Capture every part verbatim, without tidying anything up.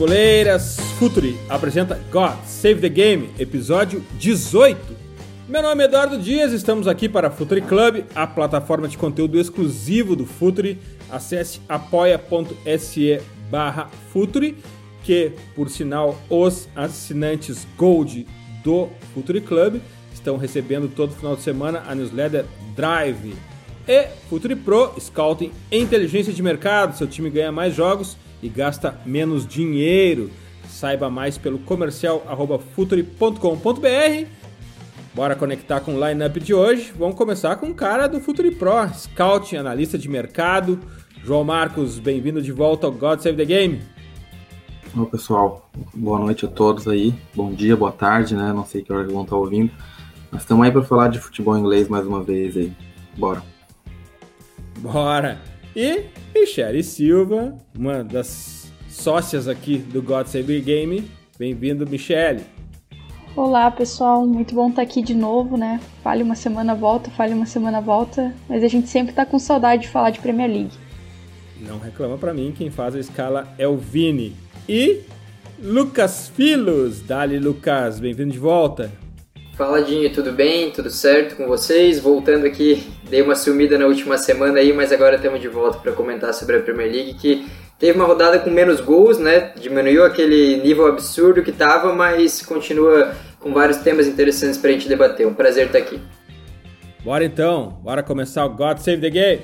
futeboleiras, Futuri apresenta God Save the Game, episódio dezoito. Meu nome é Eduardo Dias, estamos aqui para a Futuri Club, a plataforma de conteúdo exclusivo do Futuri. Acesse apoia.se barra Futuri, que, por sinal, os assinantes Gold do Futuri Club estão recebendo todo final de semana a newsletter Drive. E Futuri Pro, Scouting e Inteligência de Mercado, seu time ganha mais jogos e gasta menos dinheiro. Saiba mais pelo comercial arroba futuri ponto com ponto br. Bora conectar com o line-up de hoje. Vamos começar com o cara do Futuri Pro, Scouting, analista de mercado. João Marcos, bem-vindo de volta ao God Save the Game. Olá pessoal, boa noite a todos aí. Bom dia, boa tarde, né? Não sei que hora que vão estar ouvindo. Nós estamos aí para falar de futebol inglês mais uma vez aí. Bora. Bora! E Michele Silva, uma das sócias aqui do God Save the Game. Bem-vindo, Michele. Olá, pessoal. Muito bom estar aqui de novo, né? Fale uma semana volta, fale uma semana volta. Mas a gente sempre tá com saudade de falar de Premier League. Não reclama pra mim, quem faz a escala é o Vini. E Lucas Filos. Dali, Lucas. Bem-vindo de volta. Fala, Dinho, tudo bem? Tudo certo com vocês? Voltando aqui, dei uma sumida na última semana aí, mas agora estamos de volta para comentar sobre a Premier League, que teve uma rodada com menos gols, né? Diminuiu aquele nível absurdo que estava, mas continua com vários temas interessantes para a gente debater. Um prazer estar aqui. Bora então, bora começar o God Save the Game.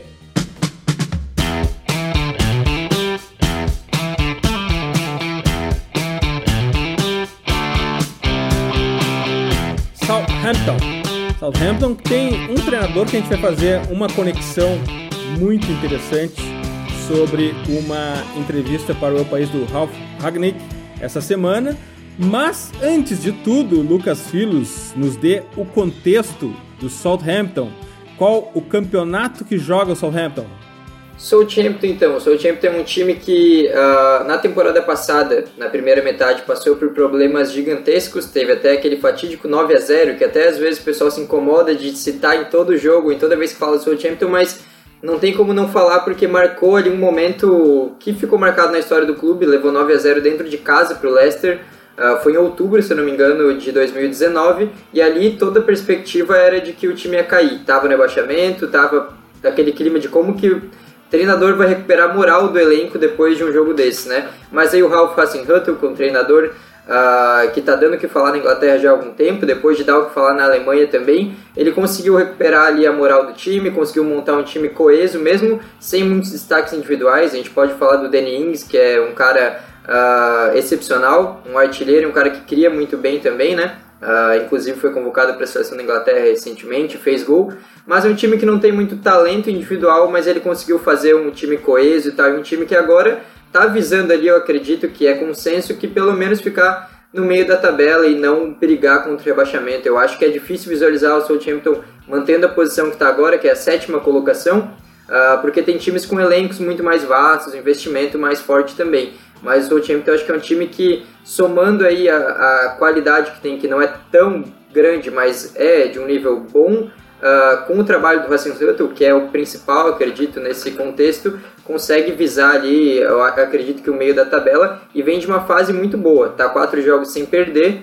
Southampton. Southampton tem um treinador que a gente vai fazer uma conexão muito interessante sobre uma entrevista para o país do Ralf Rangnick essa semana. Mas, antes de tudo, Lucas Filos, nos dê o contexto do Southampton. Qual o campeonato que joga o Southampton? Southampton, então. O Southampton é um time que, uh, na temporada passada, na primeira metade, passou por problemas gigantescos. Teve até aquele fatídico nove a zero, que até às vezes o pessoal se incomoda de citar em todo jogo, em toda vez que fala do Southampton, mas não tem como não falar porque marcou ali um momento que ficou marcado na história do clube. Levou nove a zero dentro de casa para o Leicester. Uh, foi em outubro, se eu não me engano, de dois mil e dezenove. E ali toda a perspectiva era de que o time ia cair. Tava no rebaixamento, tava aquele clima de como que o treinador vai recuperar a moral do elenco depois de um jogo desse, né? Mas aí o Ralf Hasenhüttl, que é um treinador uh, que está dando o que falar na Inglaterra já há algum tempo, depois de dar o que falar na Alemanha também, ele conseguiu recuperar ali a moral do time, conseguiu montar um time coeso, mesmo sem muitos destaques individuais. A gente pode falar do Danny Ings, que é um cara uh, excepcional, um artilheiro, um cara que cria muito bem também, né? Uh, inclusive foi convocado para a seleção da Inglaterra recentemente, fez gol, mas é um time que não tem muito talento individual, mas ele conseguiu fazer um time coeso e tal, um time que agora está visando ali, eu acredito que é consenso, que pelo menos ficar no meio da tabela e não brigar contra o rebaixamento. Eu acho que é difícil visualizar o Southampton mantendo a posição que está agora, que é a sétima colocação, uh, porque tem times com elencos muito mais vastos, investimento mais forte também. Mas o Southampton eu acho que é um time que, somando aí a, a qualidade que tem, que não é tão grande, mas é de um nível bom, uh, com o trabalho do Hasenhüttl, que é o principal, acredito, nesse contexto, consegue visar ali, eu acredito que o meio da tabela, e vem de uma fase muito boa. Tá quatro jogos sem perder,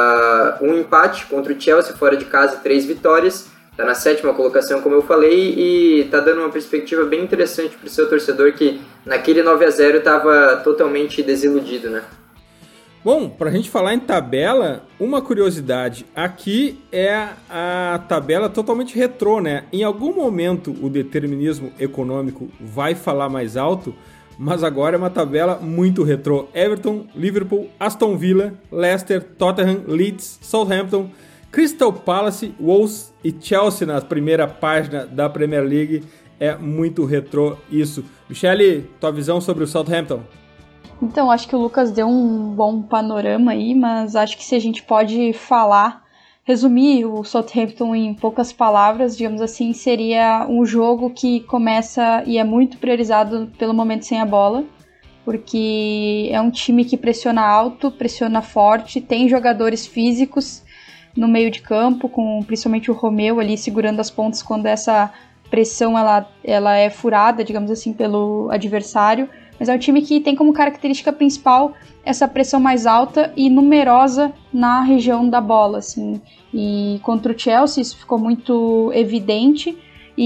uh, um empate contra o Chelsea fora de casa, três vitórias. Está na sétima colocação, como eu falei, e está dando uma perspectiva bem interessante para o seu torcedor que naquele nove a zero estava totalmente desiludido, né? Bom, para a gente falar em tabela, uma curiosidade, aqui é a tabela totalmente retrô, né? Em algum momento o determinismo econômico vai falar mais alto, mas agora é uma tabela muito retrô. Everton, Liverpool, Aston Villa, Leicester, Tottenham, Leeds, Southampton, Crystal Palace, Wolves e Chelsea na primeira página da Premier League. É muito retrô isso. Michele, tua visão sobre o Southampton? Então, acho que o Lucas deu um bom panorama aí, mas acho que se a gente pode falar, resumir o Southampton em poucas palavras, digamos assim, seria um jogo que começa e é muito priorizado pelo momento sem a bola, porque é um time que pressiona alto, pressiona forte, tem jogadores físicos no meio de campo, com principalmente o Romeu ali segurando as pontas quando essa pressão ela, ela é furada, digamos assim, pelo adversário, mas é um time que tem como característica principal essa pressão mais alta e numerosa na região da bola, assim. E contra o Chelsea isso ficou muito evidente,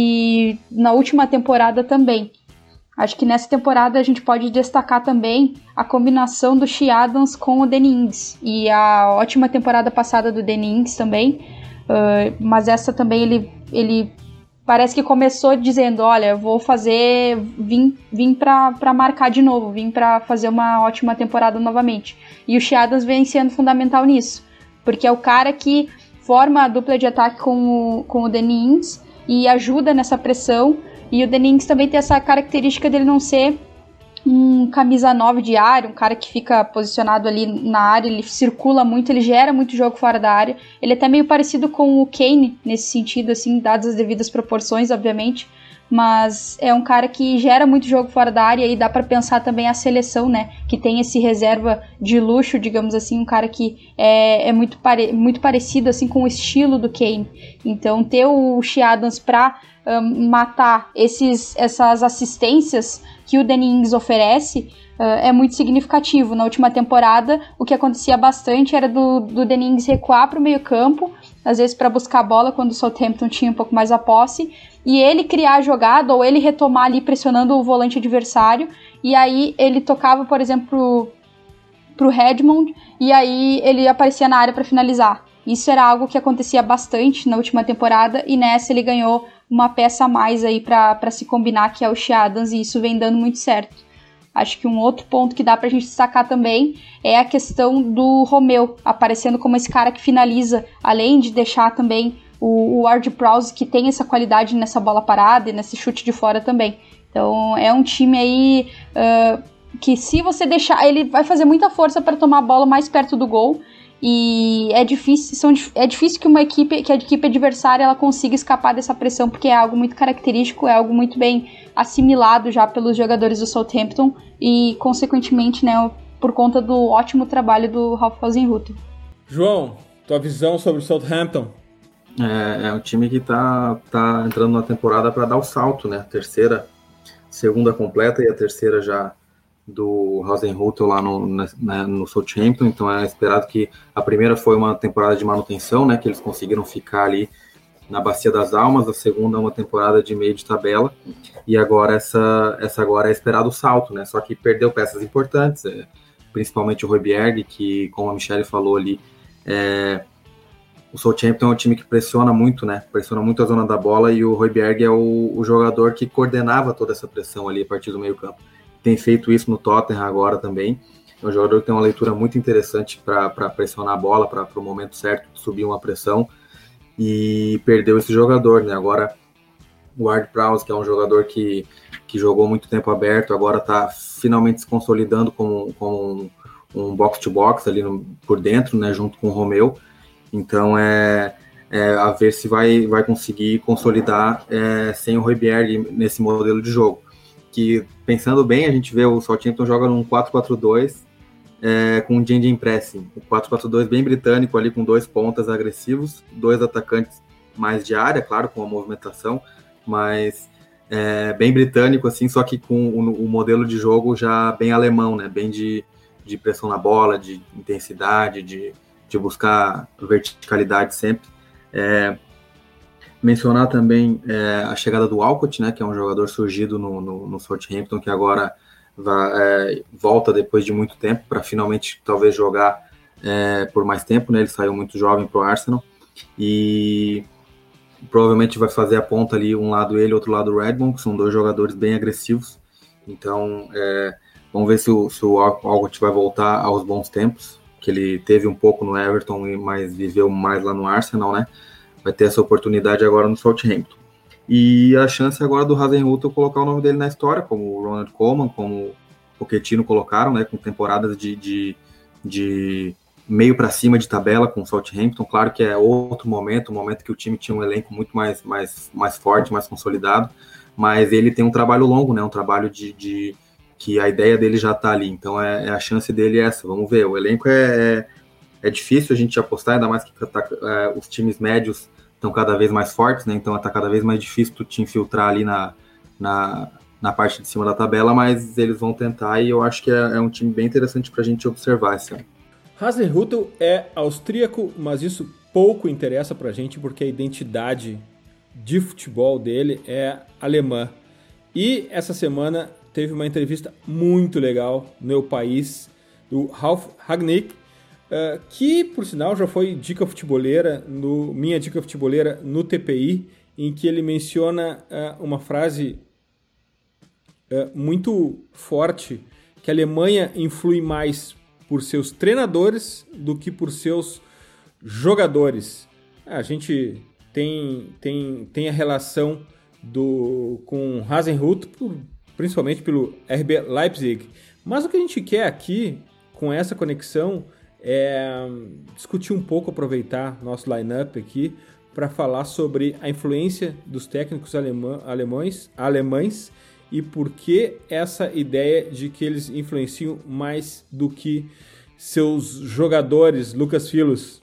e na última temporada também. Acho que nessa temporada a gente pode destacar também a combinação do Shea Adams com o Danny Ings, e a ótima temporada passada do Danny Ings também, uh, mas essa também ele, ele parece que começou dizendo, olha, eu vou fazer, vim, vim pra, pra marcar de novo, vim pra fazer uma ótima temporada novamente. E o Shea Adams vem sendo fundamental nisso, porque é o cara que forma a dupla de ataque com o, com o Danny Ings e ajuda nessa pressão. E o Danny Ings também tem essa característica dele não ser um camisa nove de área, um cara que fica posicionado ali na área, ele circula muito, ele gera muito jogo fora da área. Ele é até meio parecido com o Kane nesse sentido, assim, dadas as devidas proporções, obviamente. Mas é um cara que gera muito jogo fora da área, e dá pra pensar também a seleção, né, que tem esse reserva de luxo, digamos assim, um cara que é, é muito, pare- muito parecido assim com o estilo do Kane. Então ter o Shea Adams pra um, matar esses, essas assistências que o Danny Ings oferece uh, é muito significativo. Na última temporada o que acontecia bastante era do, do Danny Ings recuar pro meio campo, às vezes para buscar a bola quando o Southampton tinha um pouco mais a posse, e ele criar a jogada, ou ele retomar ali pressionando o volante adversário, e aí ele tocava, por exemplo, pro, pro Redmond, e aí ele aparecia na área para finalizar. Isso era algo que acontecia bastante na última temporada, e nessa ele ganhou uma peça a mais aí para se combinar, que é o Shea Adams, e isso vem dando muito certo. Acho que um outro ponto que dá pra gente destacar também é a questão do Romeu, aparecendo como esse cara que finaliza, além de deixar também o, o Ward-Prowse, que tem essa qualidade nessa bola parada e nesse chute de fora também. Então é um time aí uh, que, se você deixar, ele vai fazer muita força para tomar a bola mais perto do gol, e é difícil, são, é difícil que uma equipe, que a equipe adversária ela consiga escapar dessa pressão, porque é algo muito característico, é algo muito bem assimilado já pelos jogadores do Southampton, e consequentemente, né, por conta do ótimo trabalho do Ralph Hasenhüttl. João, tua visão sobre o Southampton? É, é um time que tá, tá entrando na temporada para dar o salto, né? A terceira, segunda completa e a terceira já do Hasenhüttl lá no, né, no Southampton. Então é esperado que a primeira foi uma temporada de manutenção, né? Que eles conseguiram ficar ali na Bacia das Almas. A segunda é uma temporada de meio de tabela, e agora essa, essa agora é esperado o salto, né? Só que perdeu peças importantes, é, principalmente o Højbjerg, que, como a Michelle falou ali, é, o Southampton é um time que pressiona muito, né? Pressiona muito a zona da bola, e o Højbjerg é o, o jogador que coordenava toda essa pressão ali a partir do meio campo. Tem feito isso no Tottenham agora também. É um jogador que tem uma leitura muito interessante para pressionar a bola, para o momento certo de subir uma pressão, e perdeu esse jogador, né? Agora o Ward-Prowse, que é um jogador que, que jogou muito tempo aberto, agora está finalmente se consolidando como, como um, um box-to-box ali no, por dentro, né? Junto com o Romeu. Então é, é a ver se vai, vai conseguir consolidar é, sem o Højbjerg nesse modelo de jogo. Que, pensando bem, a gente vê o Southampton joga num quatro quatro dois é, com um changing pressing. O quatro quatro dois bem britânico ali, com dois pontas agressivos, dois atacantes mais de área, claro, com a movimentação, mas é, bem britânico, assim, só que com o, o modelo de jogo já bem alemão, né? Bem de, de pressão na bola, de intensidade, de, de buscar verticalidade sempre. É, mencionar também é, a chegada do Walcott, né, que é um jogador surgido no, no, no Southampton, que agora vai, é, volta depois de muito tempo para finalmente talvez jogar é, por mais tempo, né? Ele saiu muito jovem para o Arsenal, e provavelmente vai fazer a ponta ali, um lado ele, outro lado o Redmond, que são dois jogadores bem agressivos. Então é, vamos ver se o, se o Walcott vai voltar aos bons tempos, que ele teve um pouco no Everton, mas viveu mais lá no Arsenal, né? Vai ter essa oportunidade agora no Southampton. E a chance agora do Hasenhüttl colocar o nome dele na história, como o Ronald Koeman, como o Pochettino colocaram, né, com temporadas de, de, de meio para cima de tabela com o Southampton. Claro que é outro momento, um momento que o time tinha um elenco muito mais, mais, mais forte, mais consolidado, mas ele tem um trabalho longo, né, um trabalho de, de que a ideia dele já está ali. Então é, é a chance dele essa. Vamos ver, o elenco é, é, é difícil a gente apostar, ainda mais que tá, é, os times médios estão cada vez mais fortes, né? Então está cada vez mais difícil tu te infiltrar ali na, na, na parte de cima da tabela, mas eles vão tentar e eu acho que é, é um time bem interessante para a gente observar esse ano. Hasenhüttl é austríaco, mas isso pouco interessa para a gente porque a identidade de futebol dele é alemã. E essa semana teve uma entrevista muito legal no meu país, do Ralf Rangnick, uh, que, por sinal, já foi dica futeboleira, no, minha dica futeboleira no T P I, em que ele menciona uh, uma frase uh, muito forte, que a Alemanha influi mais por seus treinadores do que por seus jogadores. A gente tem, tem, tem a relação do, com Hasenhüttl, por, principalmente pelo R B Leipzig, mas o que a gente quer aqui, com essa conexão, é discutir um pouco, aproveitar nosso line-up aqui, para falar sobre a influência dos técnicos alemã, alemães, alemães e por que essa ideia de que eles influenciam mais do que seus jogadores. Lucas Filos.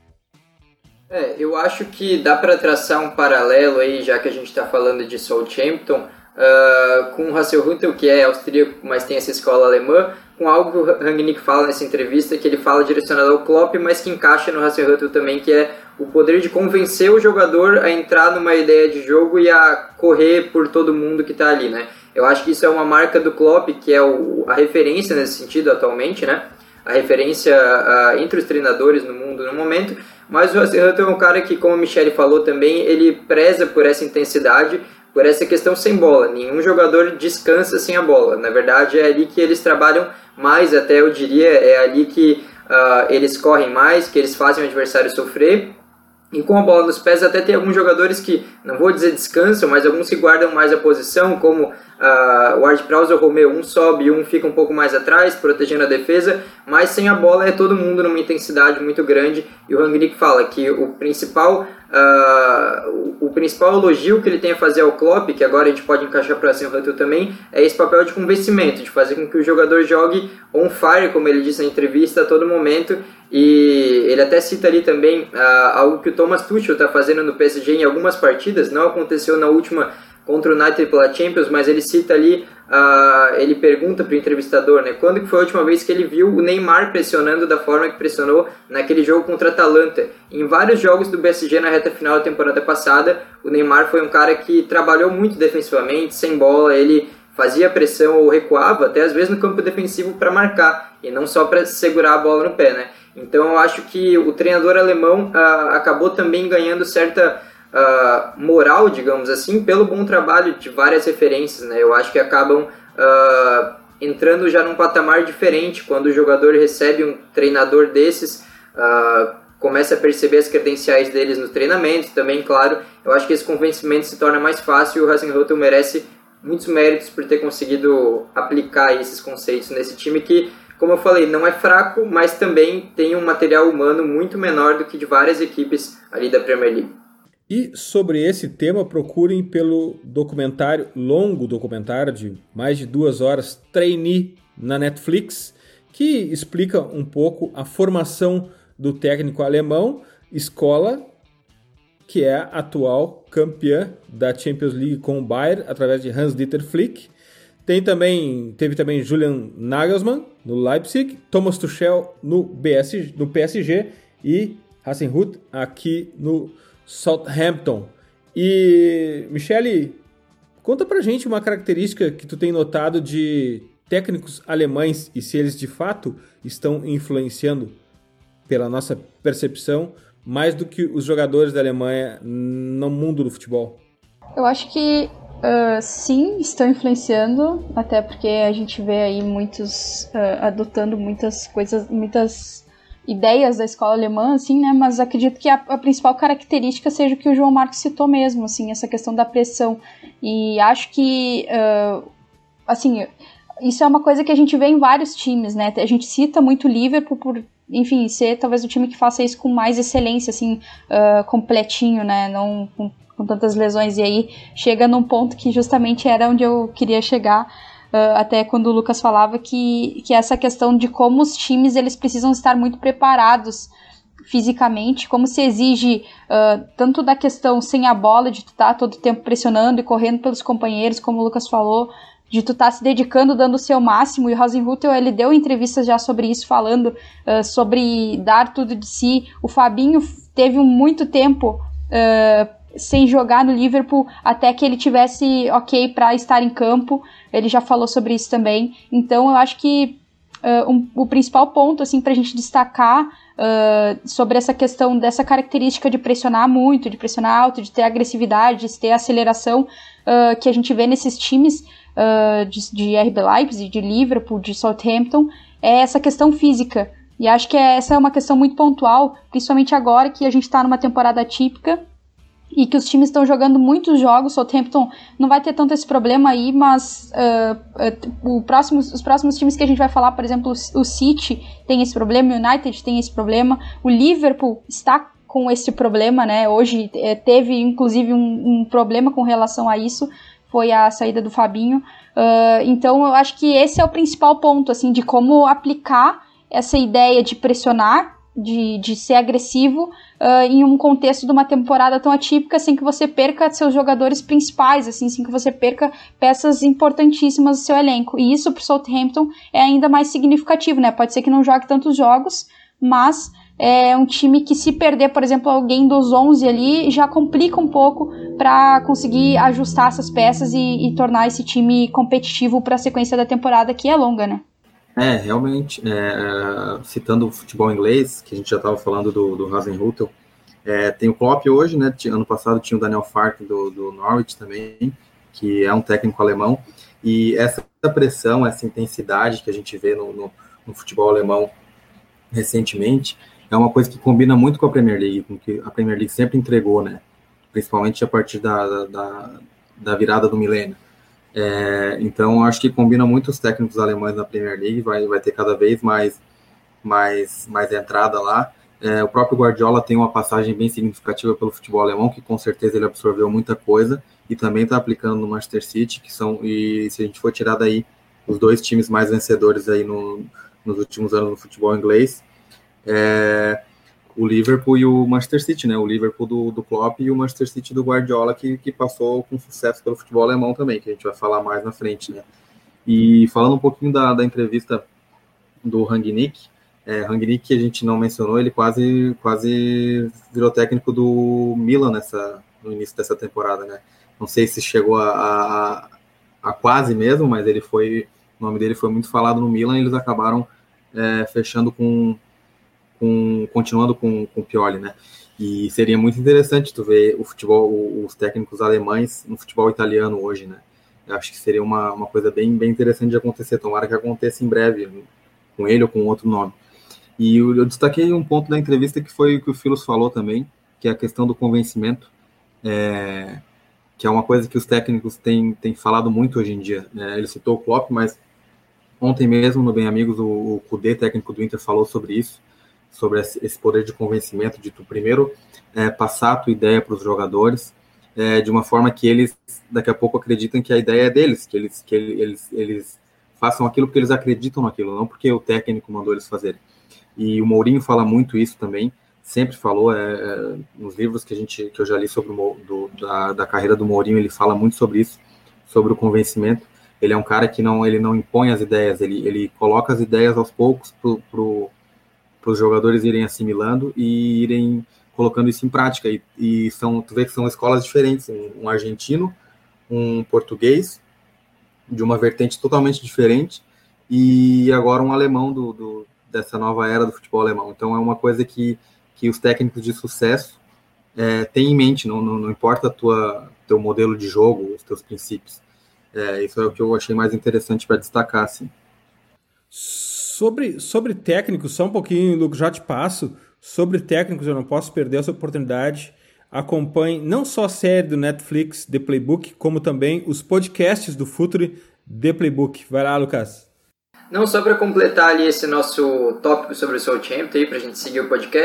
É, eu acho que dá para traçar um paralelo aí, já que a gente está falando de Southampton, uh, com o Hasenhüttl, que é austríaco, mas tem essa escola alemã, com algo que o Rangnick fala nessa entrevista, que ele fala direcionado ao Klopp, mas que encaixa no Hasenhüttl também, que é o poder de convencer o jogador a entrar numa ideia de jogo e a correr por todo mundo que está ali, né? Eu acho que isso é uma marca do Klopp, que é o, a referência nesse sentido atualmente, né? A referência uh, entre os treinadores no mundo no momento, mas o Hasenhüttl é um cara que, como o Michele falou também, ele preza por essa intensidade, por essa questão sem bola. Nenhum jogador descansa sem a bola. Na verdade, é ali que eles trabalham mais, até eu diria, é ali que uh, eles correm mais, que eles fazem o adversário sofrer. E com a bola nos pés até tem alguns jogadores que, não vou dizer descansam, mas alguns que guardam mais a posição, como uh, o Ward-Prowse ou o Romeu, um sobe e um fica um pouco mais atrás, protegendo a defesa, mas sem a bola é todo mundo numa intensidade muito grande, e o Rangnick fala que o principal, uh, o, o principal elogio que ele tem a fazer ao Klopp, que agora a gente pode encaixar para o Hasenhüttl também, é esse papel de convencimento, de fazer com que o jogador jogue on fire, como ele disse na entrevista, a todo momento. E ele até cita ali também uh, algo que o Thomas Tuchel está fazendo no P S G em algumas partidas, não aconteceu na última contra o United pela Champions, mas ele cita ali, uh, ele pergunta para o entrevistador, né, quando que foi a última vez que ele viu o Neymar pressionando da forma que pressionou naquele jogo contra a Atalanta. Em vários jogos do P S G na reta final da temporada passada, o Neymar foi um cara que trabalhou muito defensivamente, sem bola, ele fazia pressão ou recuava, até às vezes no campo defensivo para marcar, e não só para segurar a bola no pé, né? Então eu acho que o treinador alemão uh, acabou também ganhando certa uh, moral, digamos assim, pelo bom trabalho de várias referências, né? Eu acho que acabam uh, entrando já num patamar diferente quando o jogador recebe um treinador desses, uh, começa a perceber as credenciais deles nos treinamentos também, claro. Eu acho que esse convencimento se torna mais fácil e o Hasenhüttl merece muitos méritos por ter conseguido aplicar esses conceitos nesse time que, como eu falei, não é fraco, mas também tem um material humano muito menor do que de várias equipes ali da Premier League. E sobre esse tema, procurem pelo documentário, longo documentário de mais de duas horas, Trainee, na Netflix, que explica um pouco a formação do técnico alemão, escola que é a atual campeã da Champions League com o Bayern, através de Hans-Dieter Flick. Tem também, teve também Julian Nagelsmann no Leipzig, Thomas Tuchel no, B S, no P S G e Hasenhüttl aqui no Southampton. E, Michele, conta pra gente uma característica que tu tem notado de técnicos alemães e se eles de fato estão influenciando, pela nossa percepção, mais do que os jogadores da Alemanha no mundo do futebol. Eu acho que Uh, sim, estão influenciando, até porque a gente vê aí muitos uh, adotando muitas coisas, muitas ideias da escola alemã, assim, né? Mas acredito que a, a principal característica seja o que o João Marcos citou mesmo, assim, essa questão da pressão. E acho que, uh, assim, isso é uma coisa que a gente vê em vários times, né? A gente cita muito o Liverpool por, enfim, ser talvez o time que faça isso com mais excelência, assim, uh, completinho, né? Não com com tantas lesões, e aí chega num ponto que justamente era onde eu queria chegar, uh, até quando o Lucas falava que, que essa questão de como os times eles precisam estar muito preparados fisicamente, como se exige uh, tanto da questão sem a bola, de tu estar tá todo o tempo pressionando e correndo pelos companheiros, como o Lucas falou, de tu estar tá se dedicando, dando o seu máximo, e o Hasenhüttl, ele deu entrevistas já sobre isso, falando uh, sobre dar tudo de si. O Fabinho teve muito tempo uh, sem jogar no Liverpool, até que ele tivesse ok para estar em campo, ele já falou sobre isso também. Então eu acho que uh, um, o principal ponto assim, para a gente destacar Uh, sobre essa questão dessa característica de pressionar muito, de pressionar alto, de ter agressividade, de ter aceleração uh, que a gente vê nesses times uh, de, de R B Leipzig, de Liverpool, de Southampton, é essa questão física. E acho que essa é uma questão muito pontual, principalmente agora que a gente está numa temporada atípica e que os times estão jogando muitos jogos. O Southampton não vai ter tanto esse problema aí, mas uh, uh, o próximo, os próximos times que a gente vai falar, por exemplo, o City tem esse problema, o United tem esse problema, o Liverpool está com esse problema, né? Hoje eh, teve inclusive um, um problema com relação a isso, foi a saída do Fabinho. Uh, então eu acho que esse é o principal ponto, assim, de como aplicar essa ideia de pressionar, De, de ser agressivo uh, em um contexto de uma temporada tão atípica, sem que você perca seus jogadores principais, assim, sem que você perca peças importantíssimas do seu elenco. E isso para o Southampton é ainda mais significativo, né? Pode ser que não jogue tantos jogos, mas é um time que, se perder, por exemplo, alguém dos onze ali, já complica um pouco para conseguir ajustar essas peças e, e tornar esse time competitivo para a sequência da temporada, que é longa, né? É, realmente, é, citando o futebol inglês, que a gente já estava falando do, do Hasenhüttl, é, tem o Klopp hoje, né? Ano passado tinha o Daniel Farke do, do Norwich também, que é um técnico alemão, e essa pressão, essa intensidade que a gente vê no, no, no futebol alemão recentemente, é uma coisa que combina muito com a Premier League, com que a Premier League sempre entregou, né? Principalmente a partir da, da, da virada do milênio. É, então, acho que combina muito os técnicos alemães na Premier League, vai, vai ter cada vez mais, mais, mais entrada lá. É, o próprio Guardiola tem uma passagem bem significativa pelo futebol alemão, que com certeza ele absorveu muita coisa, e também está aplicando no Manchester City, que são, e se a gente for tirar daí os dois times mais vencedores aí no, nos últimos anos no futebol inglês, é, o Liverpool e o Manchester City, né? O Liverpool do, do Klopp e o Manchester City do Guardiola, que, que passou com sucesso pelo futebol alemão também, que a gente vai falar mais na frente, né? E falando um pouquinho da, da entrevista do Rangnick, é, Rangnick, que a gente não mencionou, ele quase, quase virou técnico do Milan nessa, no início dessa temporada, né? Não sei se chegou a, a, a quase mesmo, mas ele foi, o nome dele foi muito falado no Milan, e eles acabaram é, fechando com Com, continuando com, com o Pioli, né? E seria muito interessante tu ver o futebol, os técnicos alemães no futebol italiano hoje, né? Eu acho que seria uma, uma coisa bem, bem interessante de acontecer. Tomara que aconteça em breve, com ele ou com outro nome. E eu, eu destaquei um ponto da entrevista que foi o que o Philos falou também, que é a questão do convencimento, é, que é uma coisa que os técnicos têm, têm falado muito hoje em dia, né? Ele citou o Klopp, mas ontem mesmo, no Bem Amigos, o, o Kudê, técnico do Inter, falou sobre isso, sobre esse poder de convencimento, de tu primeiro é, passar a tua ideia para os jogadores, é, de uma forma que eles, daqui a pouco, acreditam que a ideia é deles, que eles, que eles, eles façam aquilo porque eles acreditam naquilo, não porque o técnico mandou eles fazerem. E o Mourinho fala muito isso também, sempre falou, é, é, nos livros que, a gente, que eu já li sobre o, do, da, da carreira do Mourinho, ele fala muito sobre isso, sobre o convencimento. Ele é um cara que não, ele não impõe as ideias, ele, ele coloca as ideias aos poucos pro, pro para os jogadores irem assimilando e irem colocando isso em prática. E, e são, tu vê que são escolas diferentes, um, um argentino, um português, de uma vertente totalmente diferente, e agora um alemão do, do, dessa nova era do futebol alemão. Então é uma coisa que, que os técnicos de sucesso é, têm em mente, não, não, não importa tua teu modelo de jogo, os teus princípios. É, isso é o que eu achei mais interessante para destacar, assim. Sobre, sobre técnicos, só um pouquinho, Lucas, já te passo. Sobre técnicos, eu não posso perder essa oportunidade. Acompanhe não só a série do Netflix, The Playbook, como também os podcasts do Futuri, The Playbook. Vai lá, Lucas. Não, só para completar ali esse nosso tópico sobre o Southampton, para a gente seguir o podcast,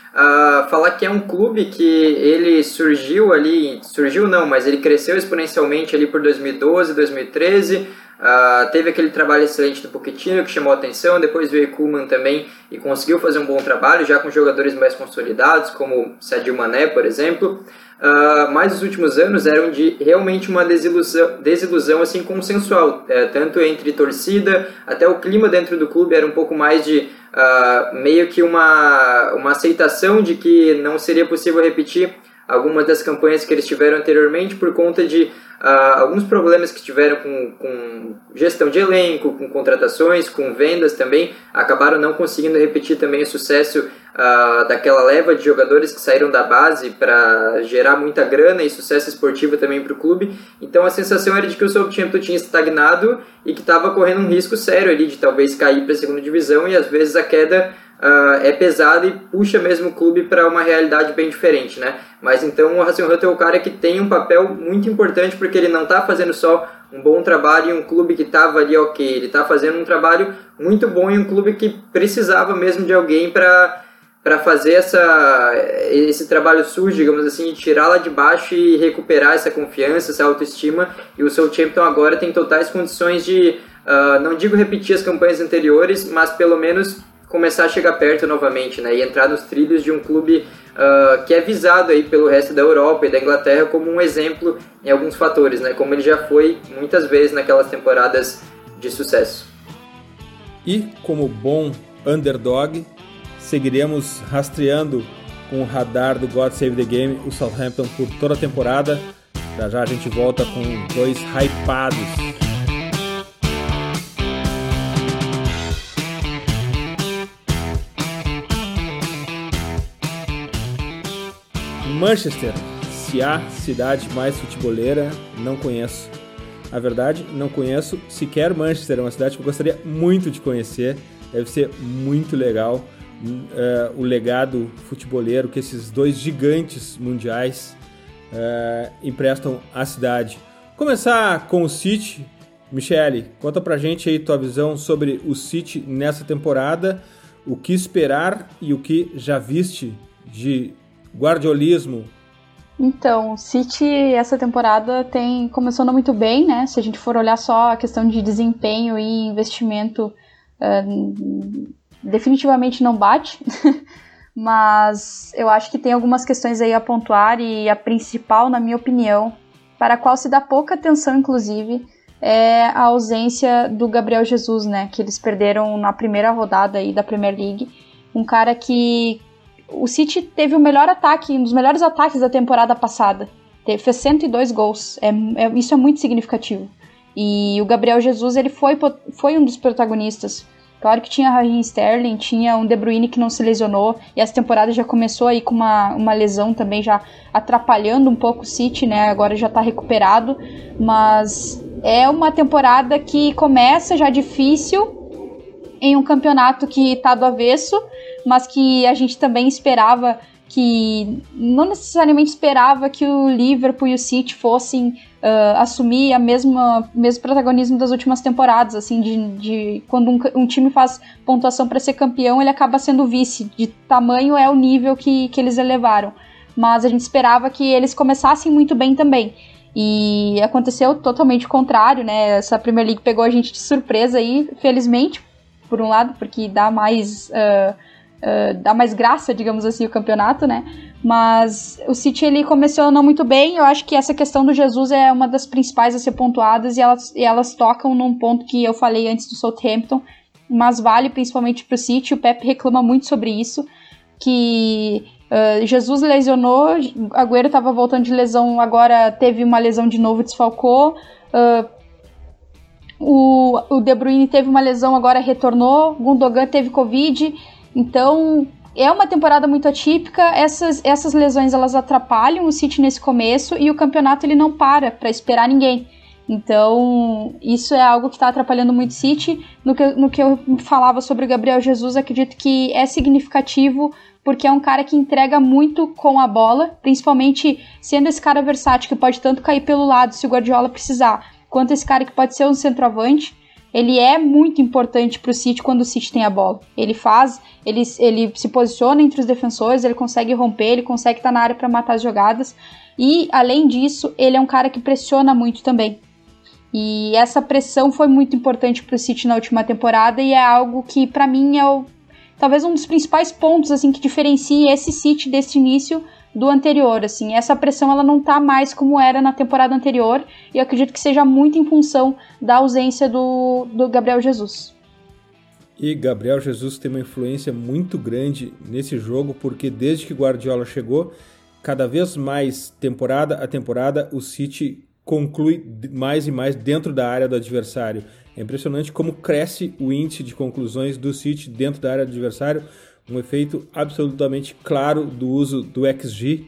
uh, falar que é um clube que ele surgiu ali, surgiu não, mas ele cresceu exponencialmente ali por dois mil e doze, dois mil e treze, uh, teve aquele trabalho excelente do Pochettino que chamou a atenção, depois veio Koeman também e conseguiu fazer um bom trabalho, já com jogadores mais consolidados, como Sadio Mané, por exemplo. Uh, mas os últimos anos eram de realmente uma desilusão, desilusão assim, consensual, é, tanto entre torcida, até o clima dentro do clube era um pouco mais de uh, meio que uma, uma aceitação de que não seria possível repetir algumas das campanhas que eles tiveram anteriormente por conta de uh, alguns problemas que tiveram com, com gestão de elenco, com contratações, com vendas também, acabaram não conseguindo repetir também o sucesso uh, daquela leva de jogadores que saíram da base para gerar muita grana e sucesso esportivo também para o clube. Então a sensação era de que o Southampton tinha estagnado e que estava correndo um risco sério ali de talvez cair para a segunda divisão, e às vezes a queda Uh, é pesado e puxa mesmo o clube para uma realidade bem diferente, né? Mas então o Hasenhüttl é o cara que tem um papel muito importante, porque ele não está fazendo só um bom trabalho em um clube que estava ali ok, ele está fazendo um trabalho muito bom em um clube que precisava mesmo de alguém para para fazer essa, esse trabalho sujo, digamos assim, tirar lá de baixo e recuperar essa confiança, essa autoestima, e o Southampton agora tem totais condições de, uh, não digo repetir as campanhas anteriores, mas pelo menos começar a chegar perto novamente, né, e entrar nos trilhos de um clube uh, que é visado aí pelo resto da Europa e da Inglaterra como um exemplo em alguns fatores, né, como ele já foi muitas vezes naquelas temporadas de sucesso. E como bom underdog, seguiremos rastreando com o radar do God Save the Game o Southampton por toda a temporada. Já já a gente volta com dois hypados. Manchester, se há cidade mais futeboleira, não conheço. A verdade, não conheço sequer Manchester, é uma cidade que eu gostaria muito de conhecer, deve ser muito legal uh, o legado futeboleiro que esses dois gigantes mundiais uh, emprestam à cidade. Começar com o City. Michele, conta pra gente aí tua visão sobre o City nessa temporada, o que esperar e o que já viste de guardiolismo. Então, o City essa temporada tem começou não muito bem, né? Se a gente for olhar só a questão de desempenho e investimento, uh, definitivamente não bate. Mas eu acho que tem algumas questões aí a pontuar, e a principal, na minha opinião, para a qual se dá pouca atenção, inclusive, é a ausência do Gabriel Jesus, né? Que eles perderam na primeira rodada aí da Premier League. Um cara que o City teve o melhor ataque, um dos melhores ataques da temporada passada. Teve, fez cento e dois gols. É, é, isso é muito significativo. E o Gabriel Jesus, ele foi, foi um dos protagonistas. Claro que tinha Raheem Sterling, tinha um De Bruyne que não se lesionou. E essa temporada já começou aí com uma, uma lesão também, já atrapalhando um pouco o City, né? Agora já tá recuperado. Mas é uma temporada que começa já difícil em um campeonato que tá do avesso, mas que a gente também esperava que, não necessariamente esperava que o Liverpool e o City fossem uh, assumir a mesma, o mesmo protagonismo das últimas temporadas, assim, de, de quando um, um time faz pontuação para ser campeão, ele acaba sendo vice, de tamanho é o nível que, que eles elevaram, mas a gente esperava que eles começassem muito bem também, e aconteceu totalmente o contrário, né? Essa Premier League pegou a gente de surpresa aí, felizmente, por um lado, porque dá mais... Uh, Uh, dá mais graça, digamos assim, o campeonato, né? Mas o City, ele começou não muito bem. Eu acho que essa questão do Jesus é uma das principais a ser pontuadas, e elas, e elas tocam num ponto que eu falei antes do Southampton, mas vale principalmente pro City. O Pep reclama muito sobre isso, que uh, Jesus lesionou, Agüero estava voltando de lesão, agora teve uma lesão de novo, desfalcou. Uh, o, o De Bruyne teve uma lesão, agora retornou. Gundogan teve Covid. Então, é uma temporada muito atípica. Essas, essas lesões, elas atrapalham o City nesse começo, e o campeonato ele não para para esperar ninguém. Então, isso é algo que está atrapalhando muito o City. No que, no que eu falava sobre o Gabriel Jesus, acredito que é significativo, porque é um cara que entrega muito com a bola, principalmente sendo esse cara versátil, que pode tanto cair pelo lado se o Guardiola precisar, quanto esse cara que pode ser um centroavante. ele é muito importante para o City quando o City tem a bola. Ele faz, ele, ele se posiciona entre os defensores, ele consegue romper, ele consegue estar na área para matar as jogadas. E, além disso, ele é um cara que pressiona muito também. E essa pressão foi muito importante para o City na última temporada e é algo que, para mim, é o, talvez um dos principais pontos assim, que diferencia esse City desse início do anterior. Assim. Essa pressão ela não está mais como era na temporada anterior e eu acredito que seja muito em função da ausência do, do Gabriel Jesus. E Gabriel Jesus tem uma influência muito grande nesse jogo, porque desde que Guardiola chegou, cada vez mais temporada a temporada, o City conclui mais e mais dentro da área do adversário. É impressionante como cresce o índice de conclusões do City dentro da área do adversário, um efeito absolutamente claro do uso do X G,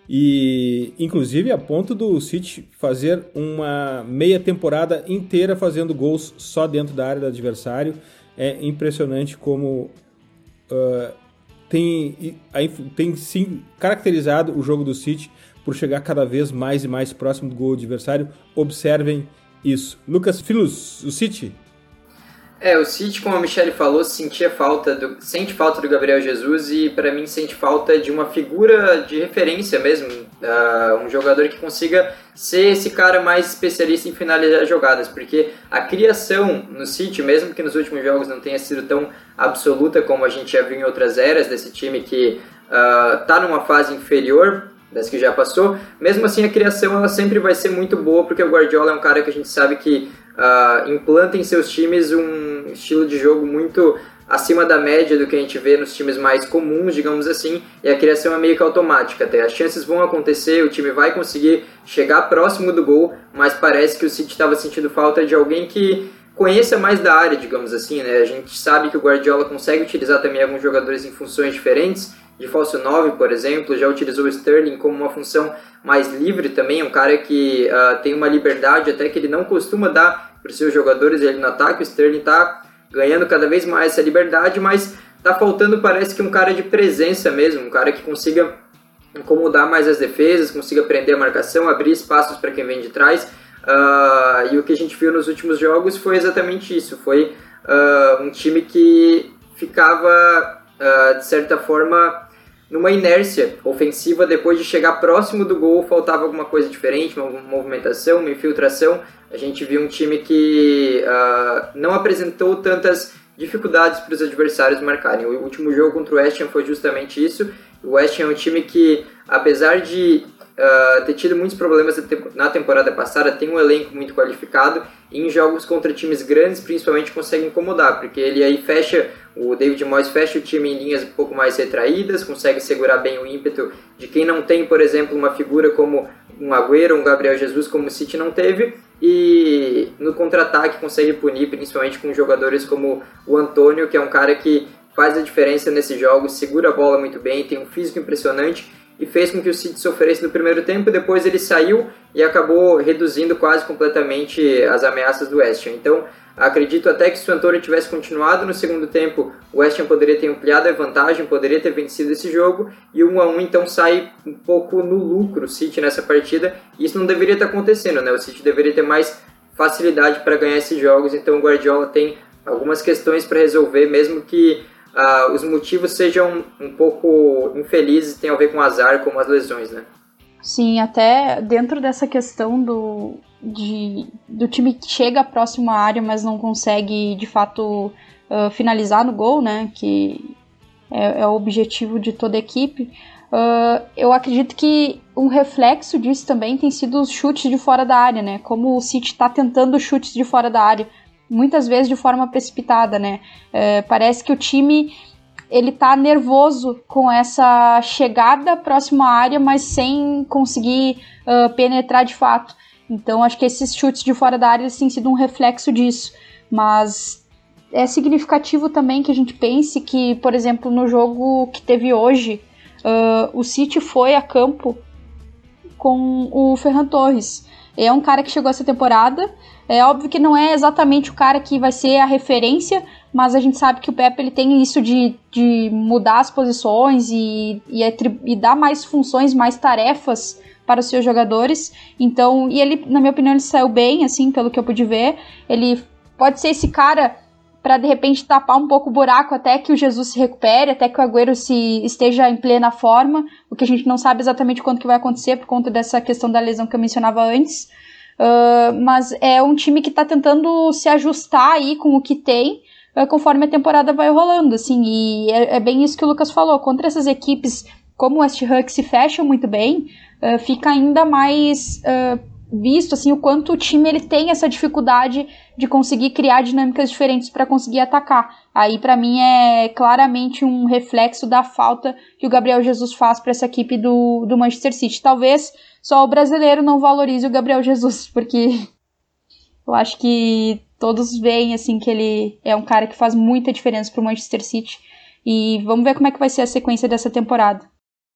e inclusive a ponto do City fazer uma meia temporada inteira fazendo gols só dentro da área do adversário. É impressionante como uh, tem, tem sim caracterizado o jogo do City por chegar cada vez mais e mais próximo do gol adversário. Observem isso. Lucas Filos, o City? É, o City, como a Michelle falou, sentia falta do, sente falta do Gabriel Jesus e, para mim, sente falta de uma figura de referência mesmo, uh, um jogador que consiga ser esse cara mais especialista em finalizar jogadas, porque a criação no City, mesmo que nos últimos jogos não tenha sido tão absoluta como a gente já viu em outras eras desse time que está uh, numa fase inferior das que já passou, mesmo assim a criação ela sempre vai ser muito boa, porque o Guardiola é um cara que a gente sabe que uh, implanta em seus times um estilo de jogo muito acima da média do que a gente vê nos times mais comuns, digamos assim, e a criação é meio que automática até. As chances vão acontecer, o time vai conseguir chegar próximo do gol, mas parece que o City estava sentindo falta de alguém que conheça mais da área, digamos assim, né? A gente sabe que o Guardiola consegue utilizar também alguns jogadores em funções diferentes, de falso nove, por exemplo, já utilizou o Sterling como uma função mais livre também, um cara que uh, tem uma liberdade até que ele não costuma dar para os seus jogadores ele no ataque. O Sterling está ganhando cada vez mais essa liberdade, mas está faltando, parece que um cara de presença mesmo, um cara que consiga incomodar mais as defesas, consiga prender a marcação, abrir espaços para quem vem de trás, uh, e o que a gente viu nos últimos jogos foi exatamente isso, foi uh, um time que ficava, uh, de certa forma, numa inércia ofensiva. Depois de chegar próximo do gol, faltava alguma coisa diferente, uma movimentação, uma infiltração. A gente viu um time que uh, não apresentou tantas dificuldades para os adversários marcarem. O último jogo contra o West Ham foi justamente isso. O West Ham é um time que, apesar de uh, ter tido muitos problemas na temporada passada, tem um elenco muito qualificado e em jogos contra times grandes, principalmente, consegue incomodar, porque ele aí fecha, o David Moyes fecha o time em linhas um pouco mais retraídas, consegue segurar bem o ímpeto de quem não tem, por exemplo, uma figura como um Agüero, um Gabriel Jesus, como o City não teve, e no contra-ataque consegue punir, principalmente com jogadores como o Antônio, que é um cara que faz a diferença nesses jogos, segura a bola muito bem, tem um físico impressionante e fez com que o City sofresse no primeiro tempo. Depois ele saiu e acabou reduzindo quase completamente as ameaças do West Ham. Então, acredito até que se o Antônio tivesse continuado no segundo tempo, o West Ham poderia ter ampliado a vantagem, poderia ter vencido esse jogo, e um a um então sai um pouco no lucro o City nessa partida, e isso não deveria estar acontecendo, né? O City deveria ter mais facilidade para ganhar esses jogos, então o Guardiola tem algumas questões para resolver, mesmo que Uh, os motivos sejam um pouco infelizes, tem a ver com azar, como as lesões, né? Sim, até dentro dessa questão do, de, do time que chega próximo à área, mas não consegue, de fato, uh, finalizar no gol, né? Que é, é o objetivo de toda a equipe. Uh, eu acredito que um reflexo disso também tem sido os chutes de fora da área, né? Como o City está tentando chutes de fora da área, muitas vezes de forma precipitada, né? É, parece que o time ele tá nervoso com essa chegada próxima à área, mas sem conseguir uh, penetrar de fato. Então acho que esses chutes de fora da área eles têm sido um reflexo disso. Mas é significativo também que a gente pense que, por exemplo, no jogo que teve hoje, uh, o City foi a campo com o Ferran Torres. É um cara que chegou essa temporada. É óbvio que não é exatamente o cara que vai ser a referência, mas a gente sabe que o Pep ele tem isso de, de mudar as posições e, e, e dar mais funções, mais tarefas para os seus jogadores. Então, e ele, na minha opinião, ele saiu bem, assim, pelo que eu pude ver. Ele pode ser esse cara para de repente tapar um pouco o buraco até que o Jesus se recupere, até que o Agüero se esteja em plena forma, o que a gente não sabe exatamente quando que vai acontecer por conta dessa questão da lesão que eu mencionava antes. Uh, mas é um time que está tentando se ajustar aí com o que tem, uh, conforme a temporada vai rolando, assim, e é, é bem isso que o Lucas falou. Contra essas equipes como o West Ham, que se fecham muito bem, uh, fica ainda mais uh, visto assim, o quanto o time ele tem essa dificuldade de conseguir criar dinâmicas diferentes para conseguir atacar. Aí, para mim, é claramente um reflexo da falta que o Gabriel Jesus faz para essa equipe do, do Manchester City. Talvez só o brasileiro não valorize o Gabriel Jesus, porque eu acho que todos veem assim, que ele é um cara que faz muita diferença para o Manchester City. E vamos ver como é que vai ser a sequência dessa temporada.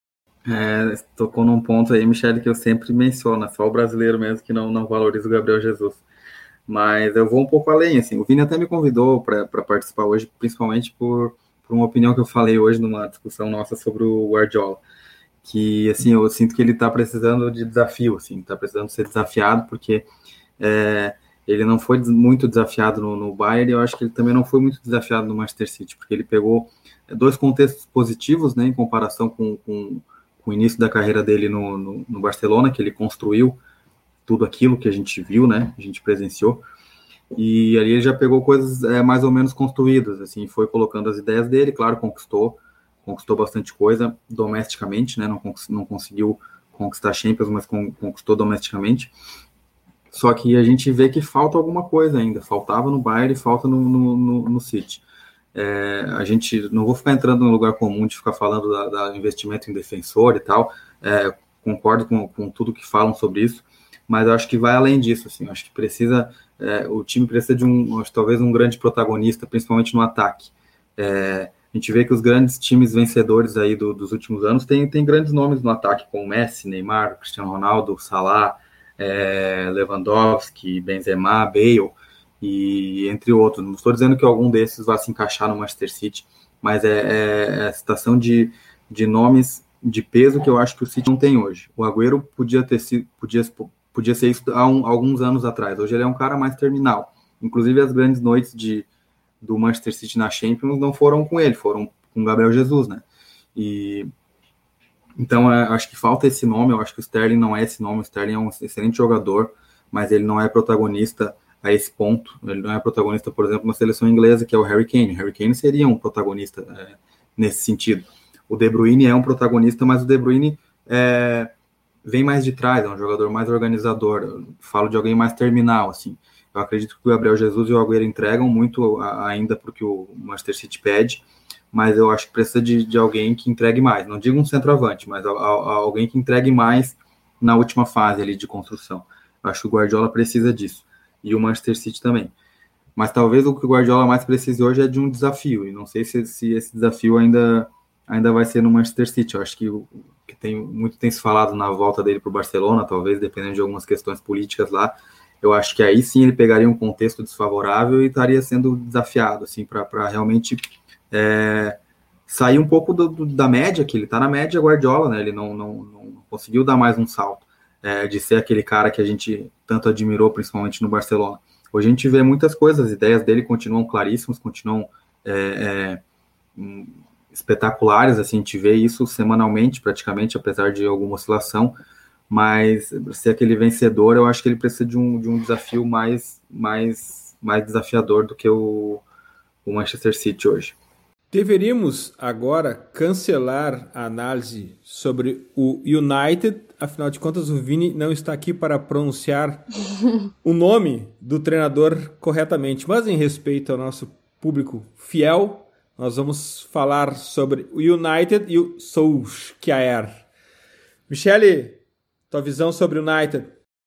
É, tocou num ponto aí, Michele, que eu sempre menciono, só o brasileiro mesmo que não, não valoriza o Gabriel Jesus. Mas eu vou um pouco além, assim, o Vini até me convidou para participar hoje, principalmente por, por uma opinião que eu falei hoje numa discussão nossa sobre o Guardiola, que, assim, eu sinto que ele está precisando de desafio, assim, está precisando ser desafiado, porque é, ele não foi muito desafiado no, no Bayern, e eu acho que ele também não foi muito desafiado no Manchester City, porque ele pegou dois contextos positivos, né, em comparação com, com com o início da carreira dele no, no, no Barcelona, que ele construiu tudo aquilo que a gente viu, né, a gente presenciou, e ali ele já pegou coisas é, mais ou menos construídas, assim, foi colocando as ideias dele, claro, conquistou, conquistou bastante coisa domesticamente, né, não, não conseguiu conquistar Champions, mas conquistou domesticamente, só que a gente vê que falta alguma coisa ainda, faltava no Bayern e falta no, no, no, no City. É, a gente, não vou ficar entrando no lugar comum de ficar falando da, da investimento em defensor e tal, é, concordo com, com tudo que falam sobre isso, mas eu acho que vai além disso, assim, eu acho que precisa, é, o time precisa de um, acho, talvez um grande protagonista, principalmente no ataque. É, a gente vê que os grandes times vencedores aí do, dos últimos anos têm, têm grandes nomes no ataque, como Messi, Neymar, Cristiano Ronaldo, Salah, é, Lewandowski, Benzema, Bale, e entre outros. Não estou dizendo que algum desses vai se encaixar no Manchester City, mas é, é, é a citação de, de nomes de peso que eu acho que o City não tem hoje. O Agüero podia ter sido, podia, podia ser isso há um, alguns anos atrás. Hoje ele é um cara mais terminal. Inclusive as grandes noites de, do Manchester City na Champions não foram com ele, foram com o Gabriel Jesus, né? E então é, acho que falta esse nome. Eu acho que o Sterling não é esse nome. O Sterling é um excelente jogador, mas ele não é protagonista a esse ponto. Ele não é protagonista, por exemplo, na seleção inglesa, que é o Harry Kane. O Harry Kane seria um protagonista é, nesse sentido. O De Bruyne é um protagonista, mas o De Bruyne é, vem mais de trás, é um jogador mais organizador. Eu falo de alguém mais terminal, assim. Eu acredito que o Gabriel Jesus e o Agüero entregam muito a, ainda porque o Manchester City pede, mas eu acho que precisa de, de alguém que entregue mais. Não digo um centroavante, mas a, a, a alguém que entregue mais na última fase ali de construção. Eu acho que o Guardiola precisa disso. E o Manchester City também. Mas talvez o que o Guardiola mais precise hoje é de um desafio, e não sei se, se esse desafio ainda, ainda vai ser no Manchester City. Eu acho que, o, que tem, muito tem se falado na volta dele para o Barcelona, talvez, dependendo de algumas questões políticas lá. Eu acho que aí sim ele pegaria um contexto desfavorável e estaria sendo desafiado, assim, para realmente é, sair um pouco do, do, da média, que ele está na média Guardiola, né? Ele não, não, não conseguiu dar mais um salto. É, de ser aquele cara que a gente tanto admirou, principalmente no Barcelona. Hoje a gente vê muitas coisas, as ideias dele continuam claríssimas, continuam é, é, espetaculares, assim, a gente vê isso semanalmente, praticamente, apesar de alguma oscilação, mas ser aquele vencedor, eu acho que ele precisa de um, de um desafio mais, mais, mais desafiador do que o, o Manchester City hoje. Deveríamos agora cancelar a análise sobre o United, afinal de contas o Vini não está aqui para pronunciar o nome do treinador corretamente, mas em respeito ao nosso público fiel, nós vamos falar sobre o United e o Solskjaer. Michele, tua visão sobre o United?